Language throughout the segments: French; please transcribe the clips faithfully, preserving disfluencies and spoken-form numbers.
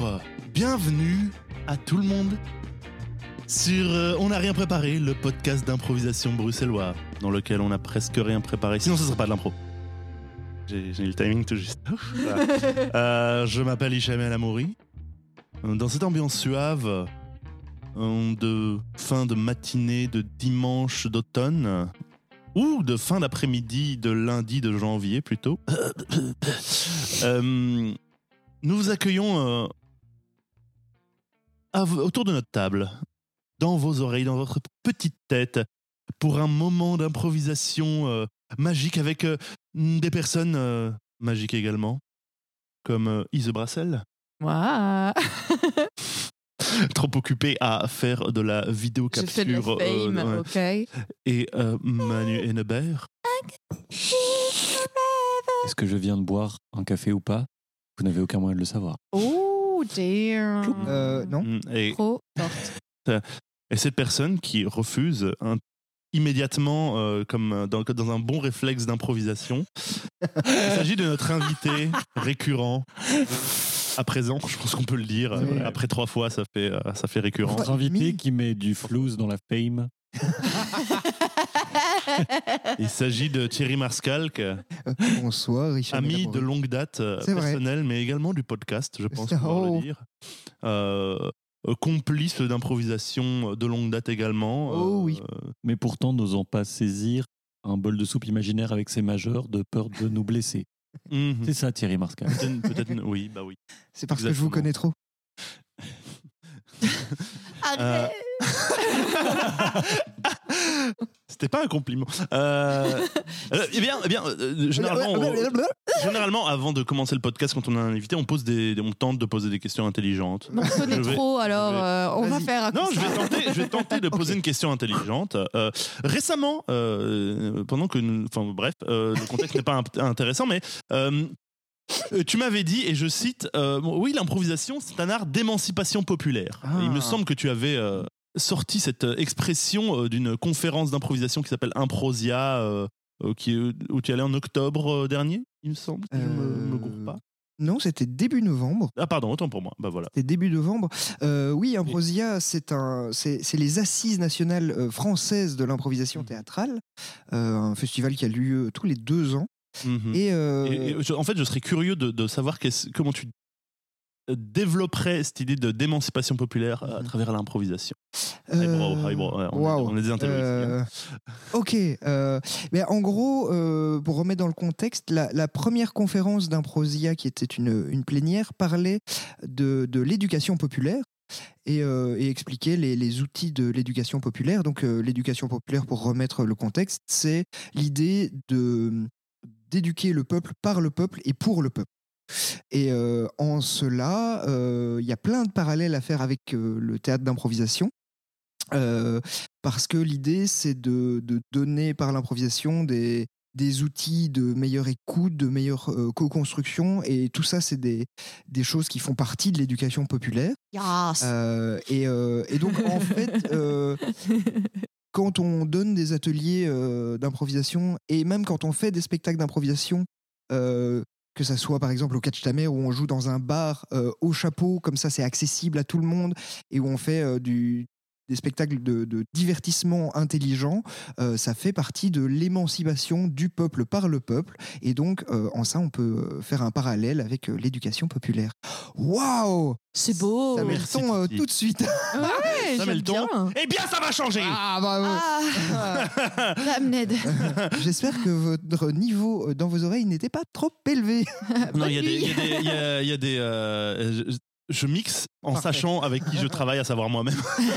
bonjour, bienvenue à tout le monde sur euh, On n'a rien préparé, le podcast d'improvisation bruxellois, dans lequel on n'a presque rien préparé, sinon ce ne serait pas de l'impro. J'ai, j'ai eu le timing tout juste. Voilà. euh, je m'appelle Hicham El Amouri. Dans cette ambiance suave euh, de fin de matinée de dimanche d'automne, ou de fin d'après-midi de lundi de janvier plutôt, euh, nous vous accueillons euh, à, autour de notre table, dans vos oreilles, dans votre petite tête, pour un moment d'improvisation euh, magique avec euh, des personnes euh, magiques également, comme euh, Ise Brassel. Waouh. Trop occupé à faire de la vidéo capture. Je fais de la fame, euh, ouais. ok. Et euh, Manu Hennebert. Est-ce que je viens de boire un café ou pas? Vous n'avez aucun moyen de le savoir. Oh, damn. Euh, non. Et, Trop forte. et cette personne qui refuse un, immédiatement, euh, comme dans, dans un bon réflexe d'improvisation, il s'agit de notre invité récurrent. À présent, je pense qu'on peut le dire. Ouais. Après trois fois, ça fait, euh, ça fait récurrent. Notre invité qui met du flouze dans la fame. Il s'agit de Thierry Marskalk, Euh, bonsoir, Richard. ami de longue date, euh, C'est vrai. personnel, mais également du podcast, je pense pouvoir Oh. le dire. Euh, euh, complice d'improvisation de longue date également. Oh euh, oui. Mais pourtant n'osant pas saisir un bol de soupe imaginaire avec ses majeurs de peur de nous blesser. mhm. C'est ça Thierry Marscal. Peut-être, peut-être- oui, bah oui. C'est parce que je vous Exactement. connais trop. Arrête. C'était pas un compliment. Euh, euh, eh bien, eh bien euh, généralement, on- généralement, avant de commencer le podcast, quand on a un invité, on pose des, on tente de poser des questions intelligentes. On se connaît Je vais- trop, alors je vais- euh, on va Vas-y. faire un Non, coup je ça. vais tenter, je vais tenter de poser une question intelligente. Euh, récemment, euh, pendant que nous, enfin bref, euh, le contexte n'est pas int- intéressant, mais euh, euh, tu m'avais dit, et je cite, euh, bon, oui, l'improvisation, c'est un art d'émancipation populaire. Ah. Et il me semble que tu avais euh, sorti cette euh, expression euh, d'une conférence d'improvisation qui s'appelle Improsia, euh, euh, qui, est- où tu es allé en octobre euh, dernier, il me semble, si je me, Euh, me gourre pas. Non, c'était début novembre. Ah pardon, autant pour moi. Bah voilà. C'était début novembre. Euh, oui, Improsia, c'est un, c'est, c'est les assises nationales euh, françaises de l'improvisation théâtrale, euh, un festival qui a lieu tous les deux ans. Mhm. Et, euh, Et, et je- en fait, je serais curieux de, de savoir qu'est-ce- comment tu développerais cette idée de d'émancipation populaire à Mhm. travers l'improvisation. euh, Highbrow, highbrow, ouais, on, est- waouh. on est des intellos ici, hein. Euh, ok. euh, mais en gros, euh, pour remettre dans le contexte, la, la première conférence d'Improsia, qui était une, une plénière, parlait de, de l'éducation populaire et, euh, et expliquait les, les outils de l'éducation populaire. Donc, euh, l'éducation populaire, pour remettre le contexte, c'est l'idée de, d'éduquer le peuple par le peuple et pour le peuple. Et euh, en cela, euh, il y a plein de parallèles à faire avec euh, le théâtre d'improvisation. Euh, parce que l'idée, c'est de, de donner par l'improvisation des, des outils de meilleure écoute, de meilleure euh, co-construction. Et tout ça, c'est des, des choses qui font partie de l'éducation populaire. Yes. Euh, et, euh, et donc, en fait, euh, quand on donne des ateliers euh, d'improvisation, et même quand on fait des spectacles d'improvisation, euh, que ça soit par exemple au Catch Ta Mère où on joue dans un bar euh, au chapeau, comme ça c'est accessible à tout le monde, et où on fait euh, du, des spectacles de, de divertissement intelligent, euh, ça fait partie de l'émancipation du peuple par le peuple, et donc euh, en ça on peut faire un parallèle avec euh, l'éducation populaire. Waouh! C'est beau. Ça met le Merci, ton euh, Titi. tout de suite. Ouais, Ça met j'aime le ton. bien. Eh bien, ça va changer. Ah bah Ah, Dame Ned. J'espère que votre niveau euh, dans vos oreilles n'était pas trop élevé. Non, il y a des, il y a des, il y a- il y a des, euh, je, je mixe en Parfait. sachant avec qui je travaille, à savoir moi-même.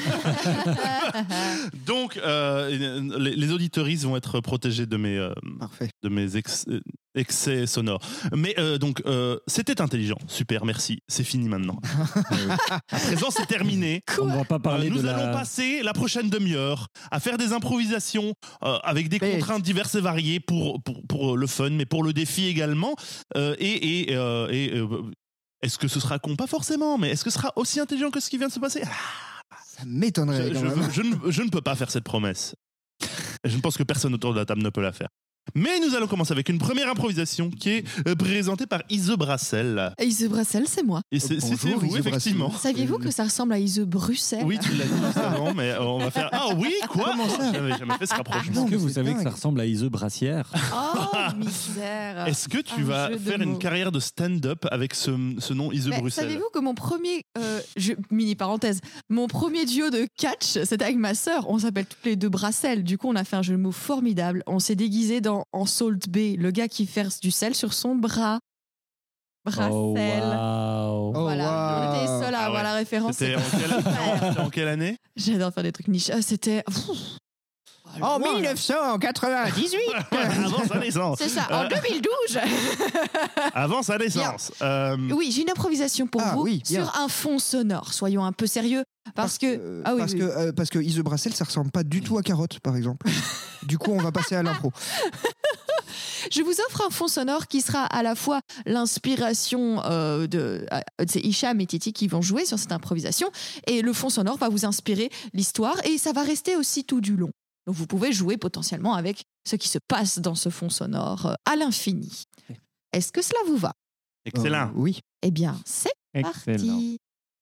Donc, euh, les, les auditeuristes vont être protégés de mes, euh, Parfait. de mes ex- euh, excès sonores. Mais euh, donc, euh, c'était intelligent. Super, merci. C'est fini maintenant. À présent, c'est terminé. On ne va pas parler Euh, nous de allons la... passer la prochaine demi-heure à faire des improvisations euh, avec des Mais- contraintes diverses et variées pour, pour, pour le fun, mais pour le défi également. Euh, et et, euh, et euh, est-ce que ce sera con? Pas forcément, mais est-ce que ce sera aussi intelligent que ce qui vient de se passer? Ah, Ça m'étonnerait je, quand je- même. je ne, je ne peux pas faire cette promesse. Je ne pense que personne autour de la table ne peut la faire. Mais nous allons commencer avec une première improvisation qui est euh, présentée par Ise Brassel. Ise Brassel, c'est moi. Et c'est, Bonjour, c'était vous, Ise effectivement. Saviez-vous que ça ressemble à Ise Bruxelles? Oui, tu l'as dit juste avant, mais euh, on va faire. Ah oui, quoi? Comment ça? J'avais jamais fait ce rapprochement. Non, Est-ce que mais vous c'est savez dingue. que ça ressemble à Ise Brassière? Oh, misère. Est-ce que tu Un vas jeu de faire une mots. carrière de stand-up avec ce, ce nom Ise Mais Bruxelles? Savez-vous que mon premier, euh, je- mini parenthèse, mon premier duo de catch, c'était avec ma sœur. On s'appelle toutes les deux Brassel. Du coup, on a fait un jeu de mots formidable. On s'est déguisé dans en Salt Bay, le gars qui verse du sel sur son bras. Brassel. Oh, waouh. Oh, Voilà, waouh. on était les seuls à Ah avoir ouais. la référence. C'était en quelle, super. en quelle année? J'adore faire des trucs niches. Ah, c'était. Pff. En Loin, là. mille neuf cent quatre-vingt-dix-huit. Avant sa naissance. C'est ça, en Euh, deux mille douze. Avant sa naissance. Euh, Oui, j'ai une improvisation pour Ah, vous oui, bien. sur un fond sonore. Soyons un peu sérieux. Parce que. Euh, Ah oui, parce oui. que euh, parce que Ise Brassel, ça ressemble pas du tout à Carotte, par exemple. Du coup, on va passer à l'impro. Je vous offre un fond sonore qui sera à la fois l'inspiration euh, de. euh, c'est Hicham et Titi qui vont jouer sur cette improvisation. Et le fond sonore va vous inspirer l'histoire. Et ça va rester aussi tout du long. Donc vous pouvez jouer potentiellement avec ce qui se passe dans ce fond sonore euh, à l'infini. Est-ce que cela vous va? excellent. Euh, oui. Eh bien, c'est parti.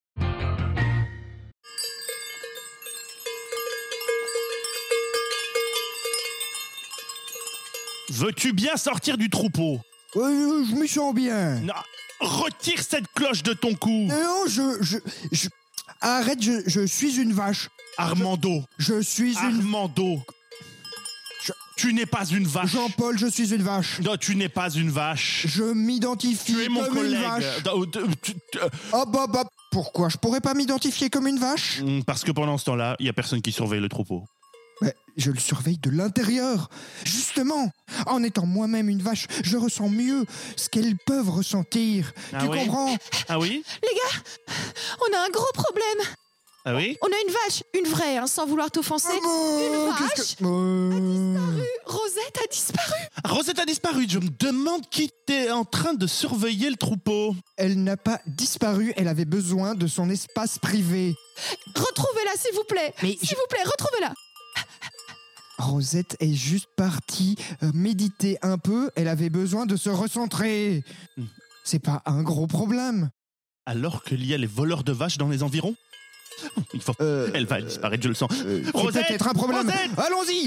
Veux-tu bien sortir du troupeau? Euh, je me sens bien. Non, retire cette cloche de ton cou. Non, je, je, je- arrête. Je, je suis une vache. Armando, Je suis une. Armando. Je- Tu n'es pas une vache. Jean-Paul, je suis une vache. Non, tu n'es pas une vache. Je m'identifie Tu es mon comme collègue. une vache. Non, tu- tu- tu- Hop, hop, hop. Pourquoi je pourrais pas m'identifier comme une vache? Hum, Parce que pendant ce temps-là, il y a personne qui surveille le troupeau. Ouais, je le surveille de l'intérieur. Justement, en étant moi-même une vache, je ressens mieux ce qu'elles peuvent ressentir. Ah tu oui comprends? Ah oui? On a un gros problème. Ah oui? On a une vache, une vraie, hein, sans vouloir t'offenser. Oh, une qu'est-ce que- Euh, Rosette a disparu. Rosette a disparu. Je me demande qui était en train de surveiller le troupeau. Elle n'a pas disparu, elle avait besoin de son espace privé. Retrouvez-la, s'il vous plaît. Mais S'il je- vous plaît, retrouvez-la. Rosette est juste partie euh, méditer un peu, elle avait besoin de se recentrer. Hmm. C'est pas un gros problème. Alors qu'il y a les voleurs de vaches dans les environs? Il faut... Euh, Elle va disparaître, je le sens. euh, c'est Rosette peut-être un problème. Rosette Allons-y.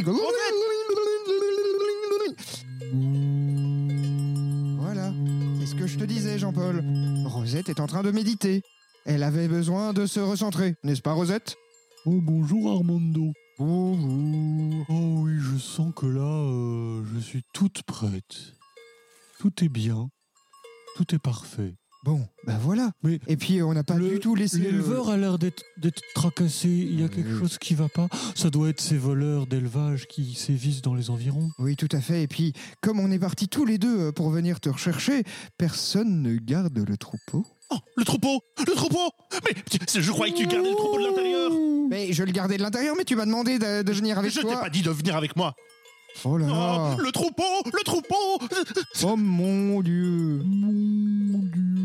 Voilà, c'est ce que je te disais, Jean-Paul. Rosette est en train de méditer. Elle avait besoin de se recentrer, n'est-ce pas, Rosette? Oh, bonjour Armando. Bonjour. Oh oui, je sens que là, euh, je suis toute prête. Tout est bien. Tout est parfait. Bon, bah voilà. Mais Et puis, on n'a pas le- du tout laissé... le- L'éleveur a l'air d'être d'être tracassé. Il y a quelque Oui. chose qui va pas. Ça doit être ces voleurs d'élevage qui sévissent dans les environs. Oui, tout à fait. Et puis, comme on est partis tous les deux euh, pour venir te rechercher, personne ne garde le troupeau. Oh, le troupeau! Le troupeau! Mais tu- je croyais que tu gardais le troupeau de l'intérieur. Mais je le gardais de l'intérieur, mais tu m'as demandé de, de venir avec Je t'ai toi. pas dit de venir avec moi. Oh là Oh, là. le troupeau! Le troupeau! Oh mon Dieu. Mon Dieu.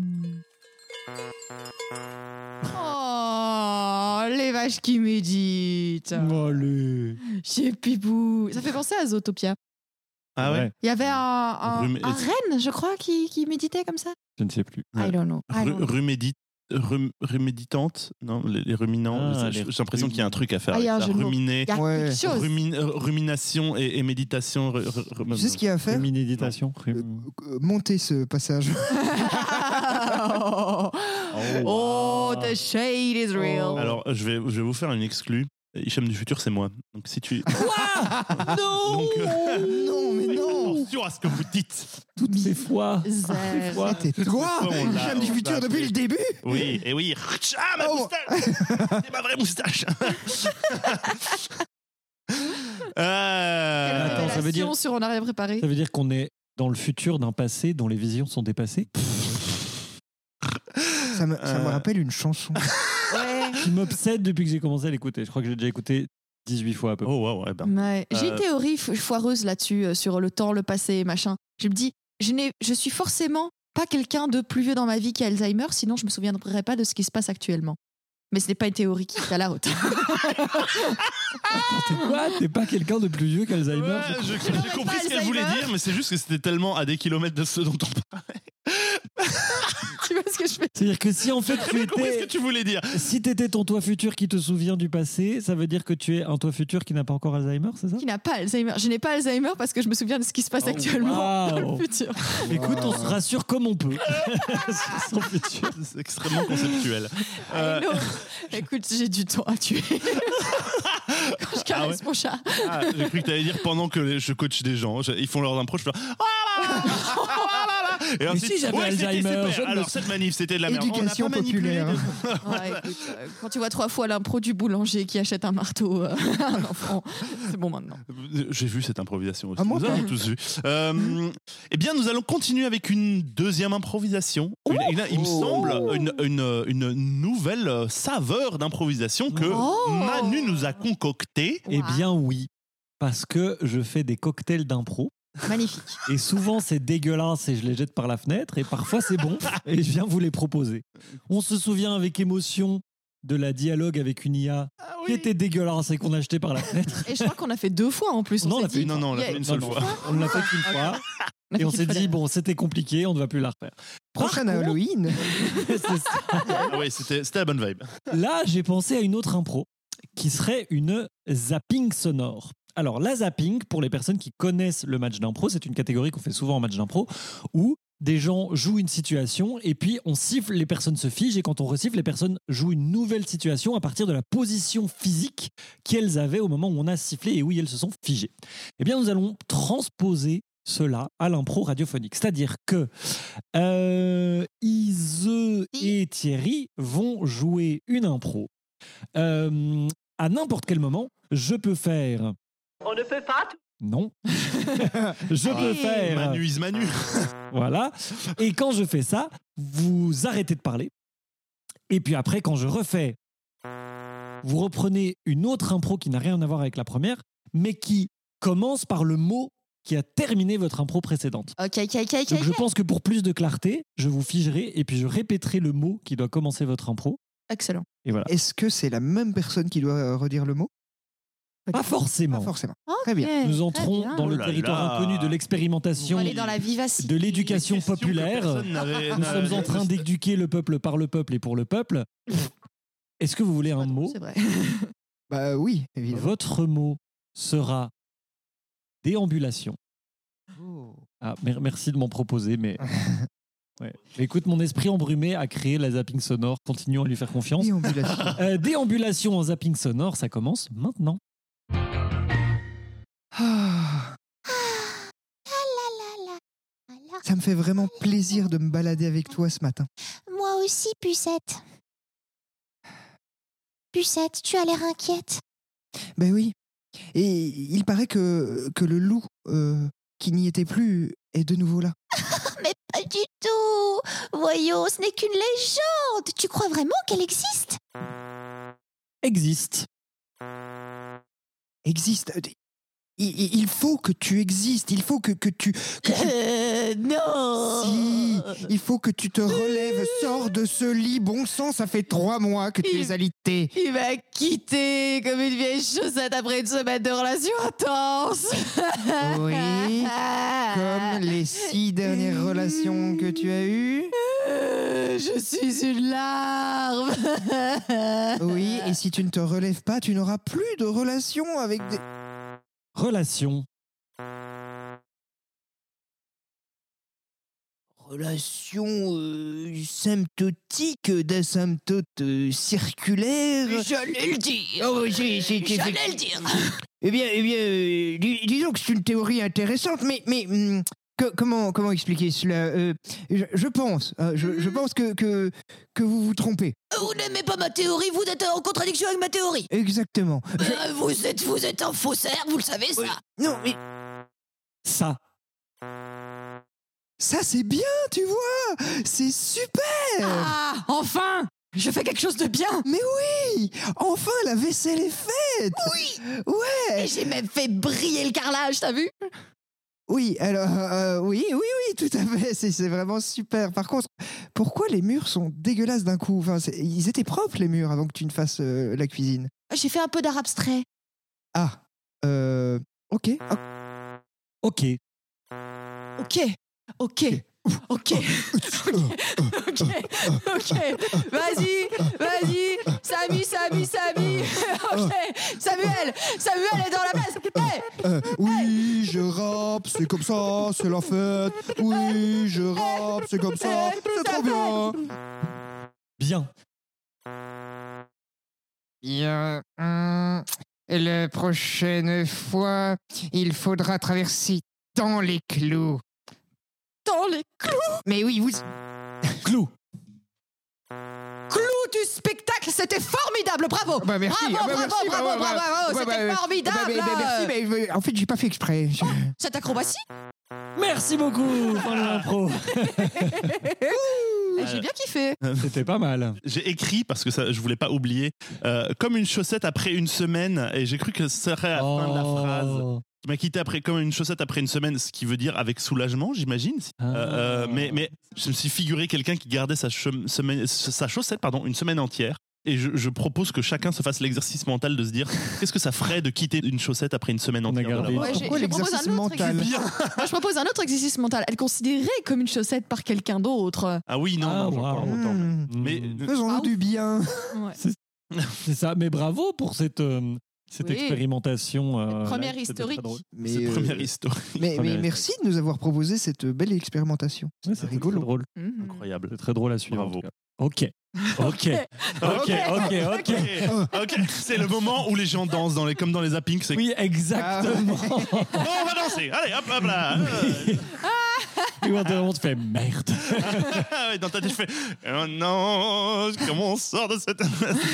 Oh, les vaches qui méditent. Allez. Chez Pipou. Ça fait penser à Zootopia. Ah ouais? Il y avait un, un, Rhume- un renne, je crois, qui, qui méditait comme ça. Je ne sais plus. I don't know. I Ru- don't know. rumédite- rum- Ruméditante? Non, les, les ruminants. Ah, j'ai les j'ai l'impression qu'il y a un truc à faire. Ah, il y a avec un ça. jeu de mots. Ruminer, Il y a Ouais. quelque chose. rumin- euh, rumination et, et méditation. ru- ru- ru- Tu sais ce qu'il y a à faire? Méditation. Euh, Monter ce passage. oh, oh, the shade is real. Alors, je vais, je vais vous faire une exclue. Hicham du futur, c'est moi. Donc, si tu. non. Donc, euh, Non, mais non. Attention à ce que vous dites. Toutes ces fois. Zer. fois. C'était toi, fois, on l'a- Hicham du on futur l'a depuis appelé. le début. Oui, et oui. Ah, ma Oh. moustache! C'est ma vraie moustache! Euh, Quelle Attends, ça veut dire- révélation sur On n'a rien préparé. Ça veut dire qu'on est dans le futur d'un passé dont les visions sont dépassées. Ça me, ça me Euh. rappelle une chanson. Ouais. Qui m'obsède depuis que j'ai commencé à l'écouter. Je crois que j'ai déjà écouté dix-huit fois à peu près. Oh, wow, ouais, ben. Ouais. J'ai Euh. une théorie fo- foireuse là-dessus, euh, sur le temps, le passé, machin. Je me dis, je, n'ai, je suis forcément pas quelqu'un de plus vieux dans ma vie qui a Alzheimer, sinon je me souviendrai pas de ce qui se passe actuellement. Mais ce n'est pas une théorie qui est à la hauteur. T'es quoi? T'es pas quelqu'un de plus vieux qu'Alzheimer? Ouais, je- j'ai compris ce qu'elle voulait dire, mais c'est juste que c'était tellement à des kilomètres de ce dont on parlait. Tu vois ce que je fais? C'est-à-dire que si en fait tu J'ai compris ce que étais... tu voulais dire. Si t'étais ton toi futur qui te souvient du passé, ça veut dire que tu es un toi futur qui n'a pas encore Alzheimer, c'est ça? Qui n'a pas Alzheimer. Je n'ai pas Alzheimer parce que je me souviens de ce qui se passe Oh, actuellement dans wow. le futur. Écoute, on se rassure comme on peut sur son futur. C'est extrêmement conceptuel. Euh, Hello. Écoute, j'ai du temps à tuer. Quand je caresse Ah ouais mon chat. ah, j'ai cru que t'allais dire pendant que je coach des gens, je- ils font leurs impros, je fais ah là là, ah là là. Et Mais ensuite, si j'avais ouais, c'était Alzheimer, super. je ne Alors le- cette manif, c'était de la merde. Éducation On n'a pas manipulé populaire. de- Ouais, écoute, euh, quand tu vois trois fois l'impro du boulanger qui achète un marteau euh, à un enfant, c'est bon maintenant. J'ai vu cette improvisation aussi. Ah, moi Nous pas. avons tous vu. Euh, eh bien, nous allons continuer avec une deuxième improvisation. Une- une- il me semble une, une, une nouvelle saveur d'improvisation que Oh. Manu nous a concoctée. Eh bien oui, parce que je fais des cocktails d'impro. Magnifique. Et souvent, c'est dégueulasse et je les jette par la fenêtre. Et parfois, c'est bon et je viens vous les proposer. On se souvient avec émotion de la dialogue avec une I A Ah qui était dégueulasse et qu'on a jeté par la fenêtre. Et je crois qu'on a fait deux fois en plus. Non, on s'est l'a fait dit- une- Non, non, on l'a Il y a- fait une seule Non, non, fois. on l'a fait qu'une fois. a Et on fait s'est qu'il dit, fallait- bon, c'était compliqué, on ne va plus la refaire. Prochaine Par contre, Halloween. c'est ça. Ah oui, c'était c'était la bonne vibe. Là, j'ai pensé à une autre impro qui serait une zapping sonore. Alors, la zapping, pour les personnes qui connaissent le match d'impro, c'est une catégorie qu'on fait souvent en match d'impro, où des gens jouent une situation et puis on siffle, les personnes se figent et quand on resiffle, les personnes jouent une nouvelle situation à partir de la position physique qu'elles avaient au moment où on a sifflé et où elles se sont figées. Eh bien, nous allons transposer cela à l'impro radiophonique. C'est-à-dire que euh, Ise et Thierry vont jouer une impro. Euh, à n'importe quel moment, je peux faire... On ne peut pas tout. Non. je peux faire... Manu is Manu. Voilà. Et quand je fais ça, vous arrêtez de parler. Et puis après, quand je refais, vous reprenez une autre impro qui n'a rien à voir avec la première, mais qui commence par le mot qui a terminé votre impro précédente. Ok, ok, ok, ok. Donc je pense que pour plus de clarté, je vous figerai et puis je répéterai le mot qui doit commencer votre impro. Excellent. Et voilà. Est-ce que c'est la même personne qui doit euh, redire le mot? Pas forcément. Pas forcément. Ok, Très bien. Nous très entrons bien. dans Oh le là territoire là. inconnu de On va l'expérimentation, aller dans la vivacité. de l'éducation Question que populaire. personne n'avait- Nous sommes en train d'éduquer le peuple par le peuple et pour le peuple. Est-ce que vous voulez un mot? C'est vrai. Bah oui, évidemment. Votre mot sera déambulation. Ah, mer- merci de m'en proposer, mais... Ouais. Écoute, mon esprit embrumé a créé la zapping sonore. Continuons à lui faire confiance. Déambulation. Euh, déambulation en zapping sonore, ça commence maintenant. Ah, ça me fait vraiment plaisir de me balader avec toi ce matin. Moi aussi, Pucette. Pucette, tu as l'air inquiète. Ben oui. Et il paraît que, que le loup, euh, qui n'y était plus, est de nouveau là. Mais pas du tout. Voyons, ce n'est qu'une légende. Tu crois vraiment qu'elle existe? Existe. Existe. Il, il- il faut que tu existes. Il faut que, que tu... que tu- Euh, non. Si, il faut que tu te relèves. Sors de ce lit. Bon sang, ça fait trois mois que tu Il- es alité. Il m'a quitté comme une vieille chaussette après une semaine de relation intense. Oui, comme les six dernières relations que tu as eues. Euh, Je suis une larve. Oui, et si tu ne te relèves pas, tu n'auras plus de relations avec des... Relation. Relations euh, symptotiques d'asymptotes euh, circulaires. J'allais le dire. Oh, j'ai, j'ai, j'ai- J'allais le dire. Eh bien, eh bien euh, dis- disons que c'est une théorie intéressante, mais, mais hum, que- comment, comment expliquer cela Euh, je, je pense, hein, je, je pense que, que, que vous vous trompez. Vous n'aimez pas ma théorie, vous êtes en contradiction avec ma théorie. Exactement. Euh, vous êtes, vous êtes un faussaire, vous le savez ça. Non, mais Ça. ça c'est bien, tu vois. C'est super. Ah, enfin, je fais quelque chose de bien. Mais oui, enfin la vaisselle est faite. Oui. Ouais. Et j'ai même fait briller le carrelage, t'as vu? Oui, alors, euh, oui, oui, oui, tout à fait. C'est, c'est vraiment super. Par contre, pourquoi les murs sont dégueulasses d'un coup? Enfin, c'est- ils étaient propres, les murs, avant que tu ne fasses euh, la cuisine. J'ai fait un peu d'art abstrait. Ah, euh, ok. Ah, Ok. Ok, ok, ok, ok, ok, ok. Vas-y, vas-y, Samy, Samy, Samy. Ok, Samuel, Samuel est dans la place. Hey, euh, oui, je rappe, c'est comme ça, c'est la fête. Oui, je rappe, c'est comme ça, c'est trop bien. Bien. Bien. hum, La prochaine fois, il faudra traverser dans les clous. dans les Mais oui, vous. Clou. clous du spectacle, c'était formidable, bravo. Bah, merci. Bravo, Ah, bah, bravo, merci, bravo, bah, bravo, bah, bravo, bah, c'était bah, formidable. bah, bah, merci, mais mais, en fait, j'ai pas fait exprès. Je- Cette acrobatie, Merci beaucoup, fin de l'impro. eh, j'ai bien kiffé. C'était pas mal. J'ai écrit parce que ça, je voulais pas oublier, euh, comme une chaussette après une semaine, et j'ai cru que ce serait à la fin de la phrase. Oh. Qui m'a quitté après comme une chaussette après une semaine, ce qui veut dire avec soulagement, j'imagine. Ah. Euh, euh, mais, mais je me suis figuré quelqu'un qui gardait sa, che- semaine- sa chaussette pardon, une semaine entière. Et je, je propose que chacun se fasse l'exercice mental de se dire qu'est-ce que ça ferait de quitter une chaussette après une semaine On a entière. de gardé. l'avoir. Ouais, j'ai- Pourquoi je propose l'exercice un autre mental? exercice. Moi, je propose un autre exercice mental. Elle est considérée comme une chaussette par quelqu'un d'autre. Ah oui, non, Ah, non, j'en parle wow. longtemps. Hmm, Mais Mm. faisons-nous Ah, du bien. Ouais. C'est ça, mais bravo pour cette, euh, cette Oui. expérimentation. euh, Première là, c'était historique. très drôle. Mais, C'est euh, première histoire. mais, Première mais merci de nous avoir proposé cette belle expérimentation. Ouais, C'est c'était rigolo. très drôle. Mhm. Incroyable. C'est très drôle à suivre. Bravo. en tout cas. Ok. Ok. Ok. Ok. Ok. Ok, ok. C'est le moment où les gens dansent dans les, comme dans les zappings. C'est Oui, exactement. bon, on va danser. Allez, hop, hop là. Et où vraiment tu fais merde. Et dans ta tête, tu fais oh non, comment on sort de cette.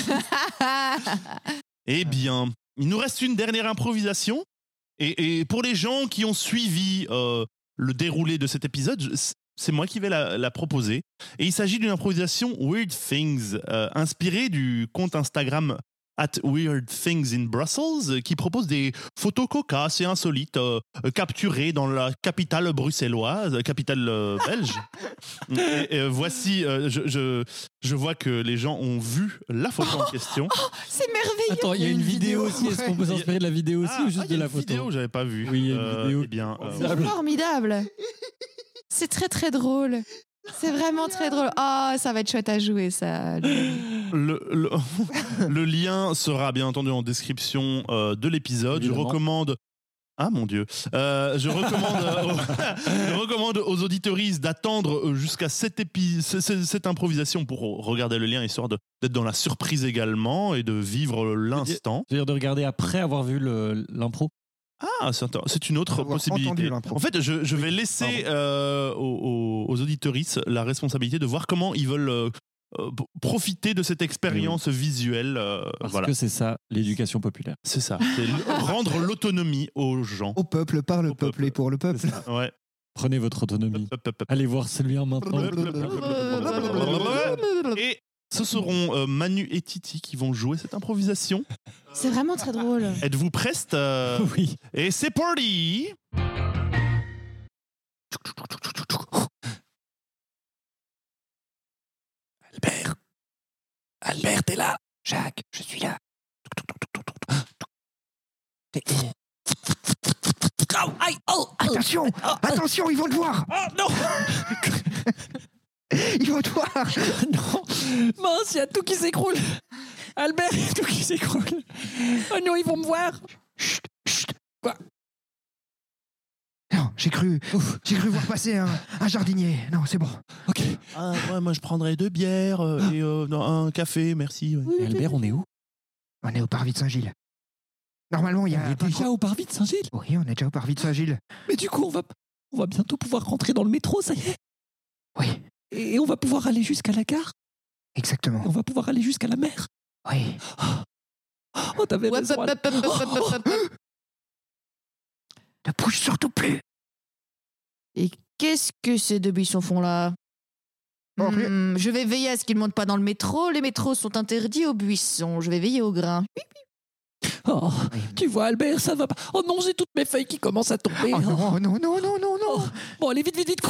Eh bien, il nous reste une dernière improvisation. Et, et pour les gens qui ont suivi euh, le déroulé de cet épisode, je- c'est moi qui vais la, la proposer. Et il s'agit d'une improvisation Weird Things, euh, inspirée du compte Instagram at Weird Things in Brussels, qui propose des photos cocasses et insolites euh, euh, capturées dans la capitale bruxelloise, capitale euh, belge. Et, et voici, euh, je, je, je vois que les gens ont vu la photo en question. C'est merveilleux. Attends, il y a une vidéo aussi. Est-ce qu'on peut Ouais. s'inspirer de la vidéo aussi Ah, ou juste ah, il y a de la une photo vidéo, j'avais pas vu. Oui, il y a une Euh, vidéo. Eh bien, euh, C'est C'est formidable. C'est très très drôle. C'est vraiment très drôle. Ah, ça va être chouette à jouer, ça. le, le, le lien sera bien entendu en description euh, de l'épisode. Je Évidemment. recommande. Ah mon Dieu. Euh, je, recommande, euh, aux- je recommande aux auditeuristes d'attendre euh, jusqu'à cette, épi- ce- ce- cette improvisation pour regarder le lien, histoire de- d'être dans la surprise également et de vivre l'instant. C'est-à-dire de regarder après avoir vu le- l'impro. Ah, c'est intér- c'est une autre Avoir possibilité. entendu l'impro. En fait, je, je vais laisser euh, aux, aux, aux auditeuristes la responsabilité de voir comment ils veulent euh, euh, p- profiter de cette expérience visuelle. euh, Parce voilà, que c'est ça, l'éducation populaire. c'est ça. C'est l- rendre l'autonomie aux gens. Au peuple, par le Au peuple peuple. et pour le peuple. Ouais. Prenez votre autonomie. Hop, hop, hop. Allez voir celui en maintenant. Et ce seront euh, Manu et Titi qui vont jouer cette improvisation. C'est vraiment très drôle. Êtes-vous prestes euh, Oui. Et c'est parti. Albert. Albert, t'es là. Jacques, je suis là. T'es- Oh, aïe, oh, oh. Attention, attention, ils vont te voir. Oh non. Ils vont te voir. Non. Mince, il y a tout qui s'écroule. Albert, il y a tout qui s'écroule. Oh non, ils vont me voir. Chut, chut. Quoi? Non, j'ai cru, j'ai cru voir passer un, un jardinier. Non, c'est bon. Ok. Ah, ouais, moi je prendrais deux bières euh, et euh, non, un café, merci. ouais. Et Albert, on est où? On est au parvis de Saint-Gilles. Normalement, il y On a. est pas déjà trop- au parvis de Saint-Gilles. Oui, on est déjà au parvis de Saint-Gilles. Mais du coup, on va, on va bientôt pouvoir rentrer dans le métro, ça y est. Oui, Et on va pouvoir aller jusqu'à la gare. exactement. On va pouvoir aller jusqu'à la mer. Oui. Oh, t'avais Hop, raison. hop, hop, hop, hop, hop, hop, hop. Ne bouge surtout plus. Et qu'est-ce que ces deux buissons font là? Oh, rien. Hmm, Je vais veiller à ce qu'ils ne montent pas dans le métro. Les métros sont interdits aux buissons. Je vais veiller au grain. Oh, Oh, tu vois, Albert, ça va pas. Oh non, j'ai toutes mes feuilles qui commencent à tomber. Oh non, non, non, non, non, non. Oh. Bon, allez, vite, vite, vite.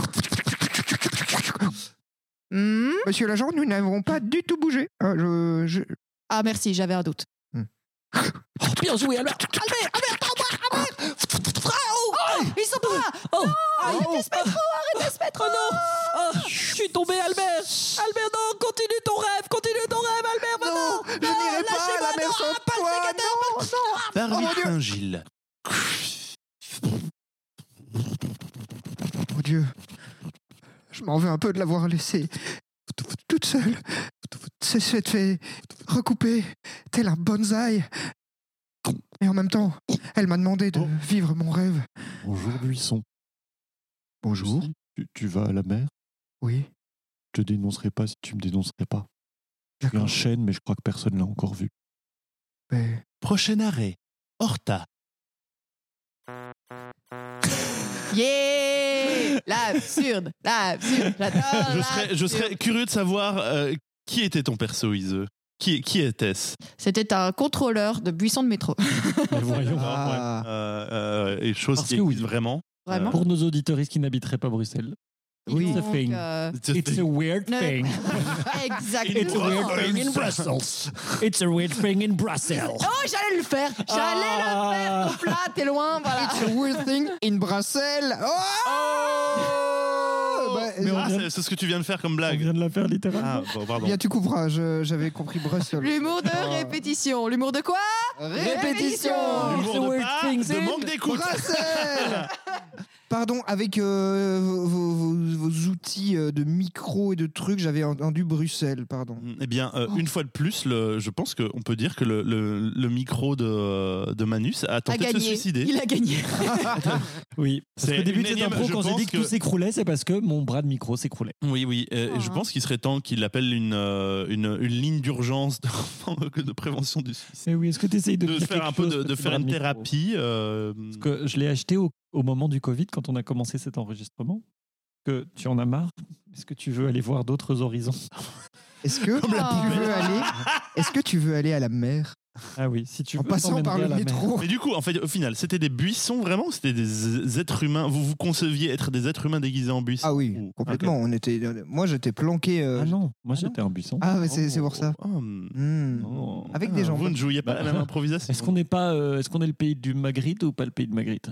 Hmm. Monsieur l'agent, nous n'avons pas du tout bougé. Ah, je, je... Ah, merci, j'avais un doute. Bien joué, Albert. Albert, Albert, prends-moi, Albert. Oh, ils sont pas là. Oh, Arrêtez ce métro, arrêtez ce métro. oh non. Oh, je suis tombé, Albert. Albert, non, continue ton rêve, continue ton rêve, Albert, Non, maintenant. je n'irai pas à la mer sans toi. Non, non. Par Oh, mon vite, Dieu. un Gilles. Mon Dieu, je m'en veux un peu de l'avoir laissée toute seule. C'est cette fait recouper tel un bonsaï. Et en même temps, elle m'a demandé de Oh. vivre mon rêve. Bonjour, Buisson. Bonjour. Tu, tu vas à la mer? Oui, Je te dénoncerai pas si tu me dénoncerais pas. Il y a un d'accord. chêne, mais je crois que personne l'a encore vu. Mais... Prochain arrêt, Horta. Yeah. L'absurde, l'absurde. J'adore. Je serais, je serais l'absurde. curieux de savoir euh, qui était ton perso, Iseux. Qui, qui était-ce? C'était un contrôleur de buisson de métro. Mais voyons. Ah. Euh, euh, et chose Parce qui que oui. existe vraiment. Vraiment. Pour nos auditeuristes qui n'habiteraient pas Bruxelles. Oui. It's a Donc, thing. euh, It's a weird Ne- thing. Exactement. It's a weird thing in Brussels. It's a weird thing in Brussels. Oh, j'allais le faire. J'allais Ah. le faire. Tout plat, t'es loin, voilà. It's a weird thing in Brussels. Oh, Bah, Mais on Ah, vient- c'est, c'est ce que tu viens de faire comme On blague. vient de la faire littéralement. Ah, bon, pardon. Bien, tu couperas. je- J'avais compris Brussels. L'humour de Oh. répétition. L'humour de quoi? Répétition. L'humour It's a de weird pas, things de in manque d'écoute. Bruxelles. Pardon, avec euh, vos, vos- vos- vos outils euh, de micro et de trucs, j'avais entendu Bruxelles, pardon. Eh bien, euh, une fois de plus, le, je pense qu'on peut dire que le, le, le micro de, de Manus a A tenté de se gagné. suicider. Il a gagné. Oui. Parce C'est qu'au début une de cette énième- impro, je quand j'ai pense dit que, que- tout s'écroulait, c'est parce que mon bras de micro s'écroulait. Oui, oui. euh, Oh. Je pense qu'il serait temps qu'il appelle une, euh, une, une ligne d'urgence de, de prévention du suicide. Et oui, est-ce que tu essayes de, De dire faire quelque un peu chose, de, de petit faire bras une micro thérapie. euh, Parce que je l'ai acheté au, au moment du Covid, quand on a commencé cet enregistrement. Que tu en as marre? Est-ce que tu veux aller voir d'autres horizons? Est-ce que Comme la tu poubelle. veux aller Est-ce que tu veux aller à la mer Ah oui, si tu en veux. passant par t'emmènerai le à la mer. métro? Mais du coup, en fait, au final, c'était des buissons vraiment ou c'était des êtres humains? Vous vous conceviez être des êtres humains déguisés en buissons? Ah oui, Ou- complètement. On était, moi, j'étais planqué. euh, Ah non, moi Ah j'étais un buisson. Ah, ouais, Oh, c'est c'est pour ça. oh, hmm. Hmm. Oh. Avec Ah, des gens. Vous ne jouiez pas à la même improvisation. Est-ce qu'on n'est pas, euh, est-ce qu'on est le pays du Magritte ou pas le pays de Magritte?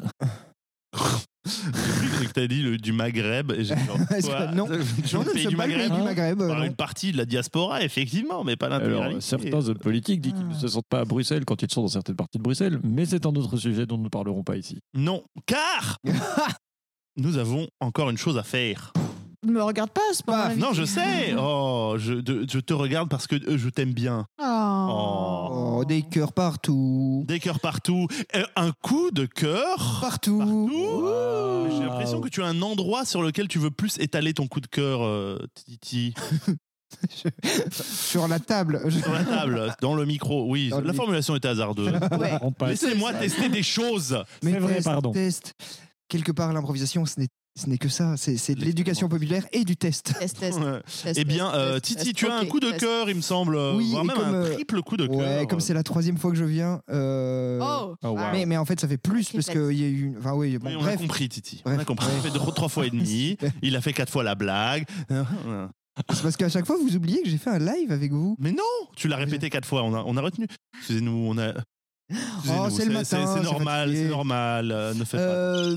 J'ai cru que t'as dit le- du Maghreb et j'ai dit, Est-ce quoi que- non. Le Non, nous pays ne du sommes pas le pays Maghreb du hein Maghreb. euh, Par non. une partie de la diaspora, effectivement, mais pas l'intégralité. Alors, certains hommes politiques disent qu'ils ne se sentent pas à Bruxelles quand ils sont dans certaines parties de Bruxelles, mais c'est un autre sujet dont nous ne parlerons pas ici. Non, car nous avons encore une chose à faire. Ne me regarde pas à ce moment-là. Non, je sais. Oh, je, de- je te regarde parce que euh, je t'aime bien. Oh. Oh, des cœurs partout. Des cœurs partout. Euh, un coup de cœur Partout. partout. J'ai l'impression que tu as un endroit sur lequel tu veux plus étaler ton coup de cœur, euh, Titi. Sur la table. Je- Sur la table, dans le micro. Oui, Dans le la micro. formulation était hasardeuse. Ouais. On passe. Laissez-moi tester des choses. Mais C'est vrai, test, pardon. test. Quelque part, l'improvisation, ce n'est ce n'est que ça. C'est c'est de l'éducation populaire et du test. Test, test. Ouais. test, Eh bien, test, euh, test, Titi, test. tu as un Ok, coup de test. cœur, il me semble. Oui, voire et même comme, un euh, triple coup de cœur. Ouais, comme c'est la troisième fois que je viens. euh, Oh. Oh, wow. mais, mais en fait, ça fait plus Ok, parce test. qu'il y a eu. Enfin, oui, bon, Oui, on bref. a compris, Titi. Bref. On a compris. Il a fait deux- trois fois et demi. Il a fait quatre fois la blague. C'est parce qu'à chaque fois, vous oubliez que j'ai fait un live avec vous. Mais non, tu l'as répété quatre fois. On a, on a retenu. Excusez-nous, on a. Excusez-nous, Oh, c'est le matin, C'est c'est normal, fatigué. c'est normal. euh, ne faites pas. Euh,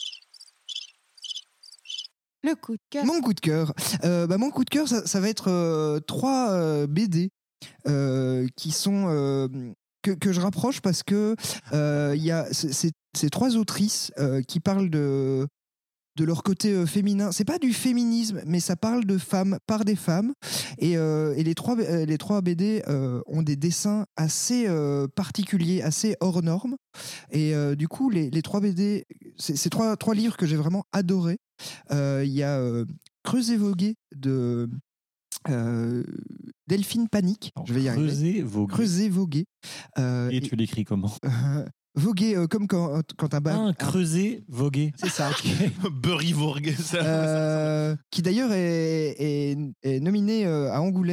Le coup de cœur. Mon coup de cœur. Euh, bah, mon coup de cœur, ça, ça va être euh, trois euh, B D euh, qui sont euh, que, que je rapproche parce que euh, il y a c'est- c'est ces trois autrices euh, qui parlent de de leur côté euh, féminin. C'est pas du féminisme, mais ça parle de femmes par des femmes. Et, euh, et les trois euh, les trois B D euh, ont des dessins assez euh, particuliers, assez hors normes. Et euh, du coup, les, les trois B D, c'est c'est trois trois livres que j'ai vraiment adorés. Euh, Il y a euh, Creuser Voguer de euh, Delphine Panique. Je vais y arriver. Creuser vos gueules. Creuser Voguer. Euh, Et tu l'écris comment? euh, voguer euh, comme quand, quand un bain. Ah, creuser, voguer. C'est ça. Burry Vourg. ça- Euh, qui d'ailleurs est, est, est nominé euh, à Angoulême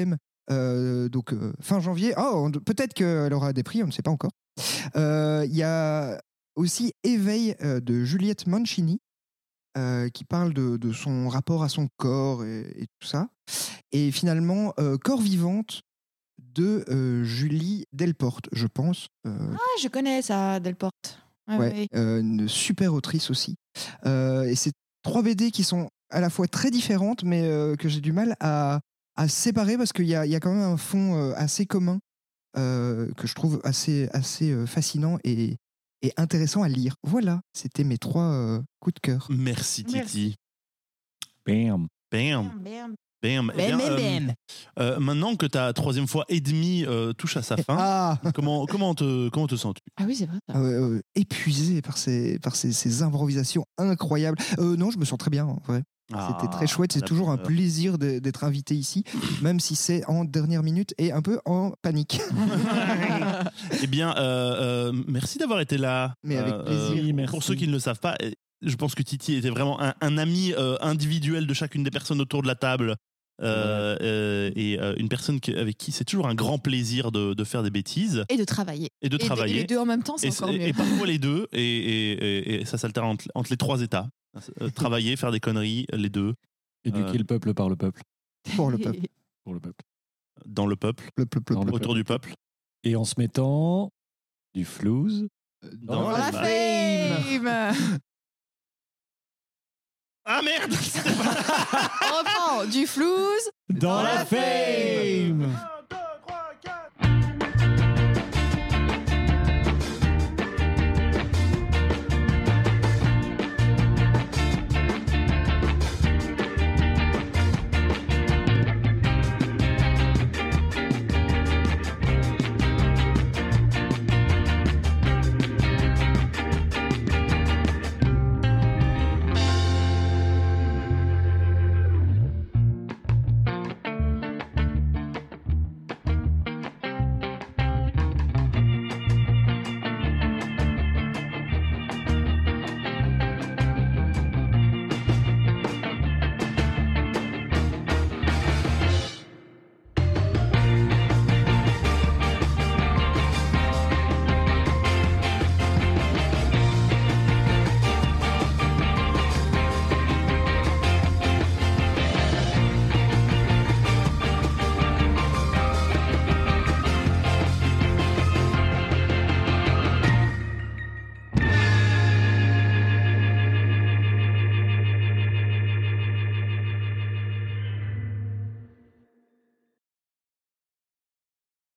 euh, donc euh, fin janvier. Oh, on- peut-être qu'elle aura des prix, on ne sait pas encore. Euh, Il y a aussi Éveil euh, de Juliette Mancini, euh, qui parle de, de son rapport à son corps et, et tout ça. Et finalement, euh, Corps vivante de euh, Julie Delporte, je pense. Euh, Ah, je connais ça, Delporte. Ouais, ouais, ouais. euh, une super autrice aussi. Euh, et c'est trois B D qui sont à la fois très différentes, mais euh, que j'ai du mal à, à séparer parce qu'il y a, il y a quand même un fond euh, assez commun euh, que je trouve assez, assez euh, fascinant et, et intéressant à lire. Voilà, c'était mes trois euh, coups de cœur. Merci Titi. Merci. Bam. Bam. Bam. Bam. Eh bien, euh, euh, maintenant que ta troisième fois et demie euh, touche à sa fin, Ah, comment, comment, te, comment te sens-tu? Ah oui, c'est vrai. ça. euh, euh, épuisé par ces, par ces, ces improvisations incroyables. Euh, non, je me sens très bien, en vrai. C'était très chouette. C'est Ah, toujours un la- plaisir de- d'être invité ici, même si c'est en dernière minute et un peu en panique. Eh bien, euh, euh, merci d'avoir été là. Mais avec plaisir. Oui, merci. Pour ceux qui ne le savent pas, euh, je pense que Titi était vraiment un, un ami euh, individuel de chacune des personnes autour de la table. Euh, euh, et euh, une personne qui- avec qui c'est toujours un grand plaisir de, de faire des bêtises Et de travailler. et de Et, travailler. et les deux en même temps, c'est Et, encore et- mieux. et parfois les deux, et, et- et- et ça s'altère entre, entre les trois états. Euh, travailler, faire des conneries, les deux, Éduquer Euh. le peuple par le peuple. Pour le peuple. Pour le peuple. dans le peuple, Le peuple, Dans le autour du peuple. Et en se mettant du flouze Dans Dans la les mains. fame. Ah merde! On reprend du flouze. dans la la fame.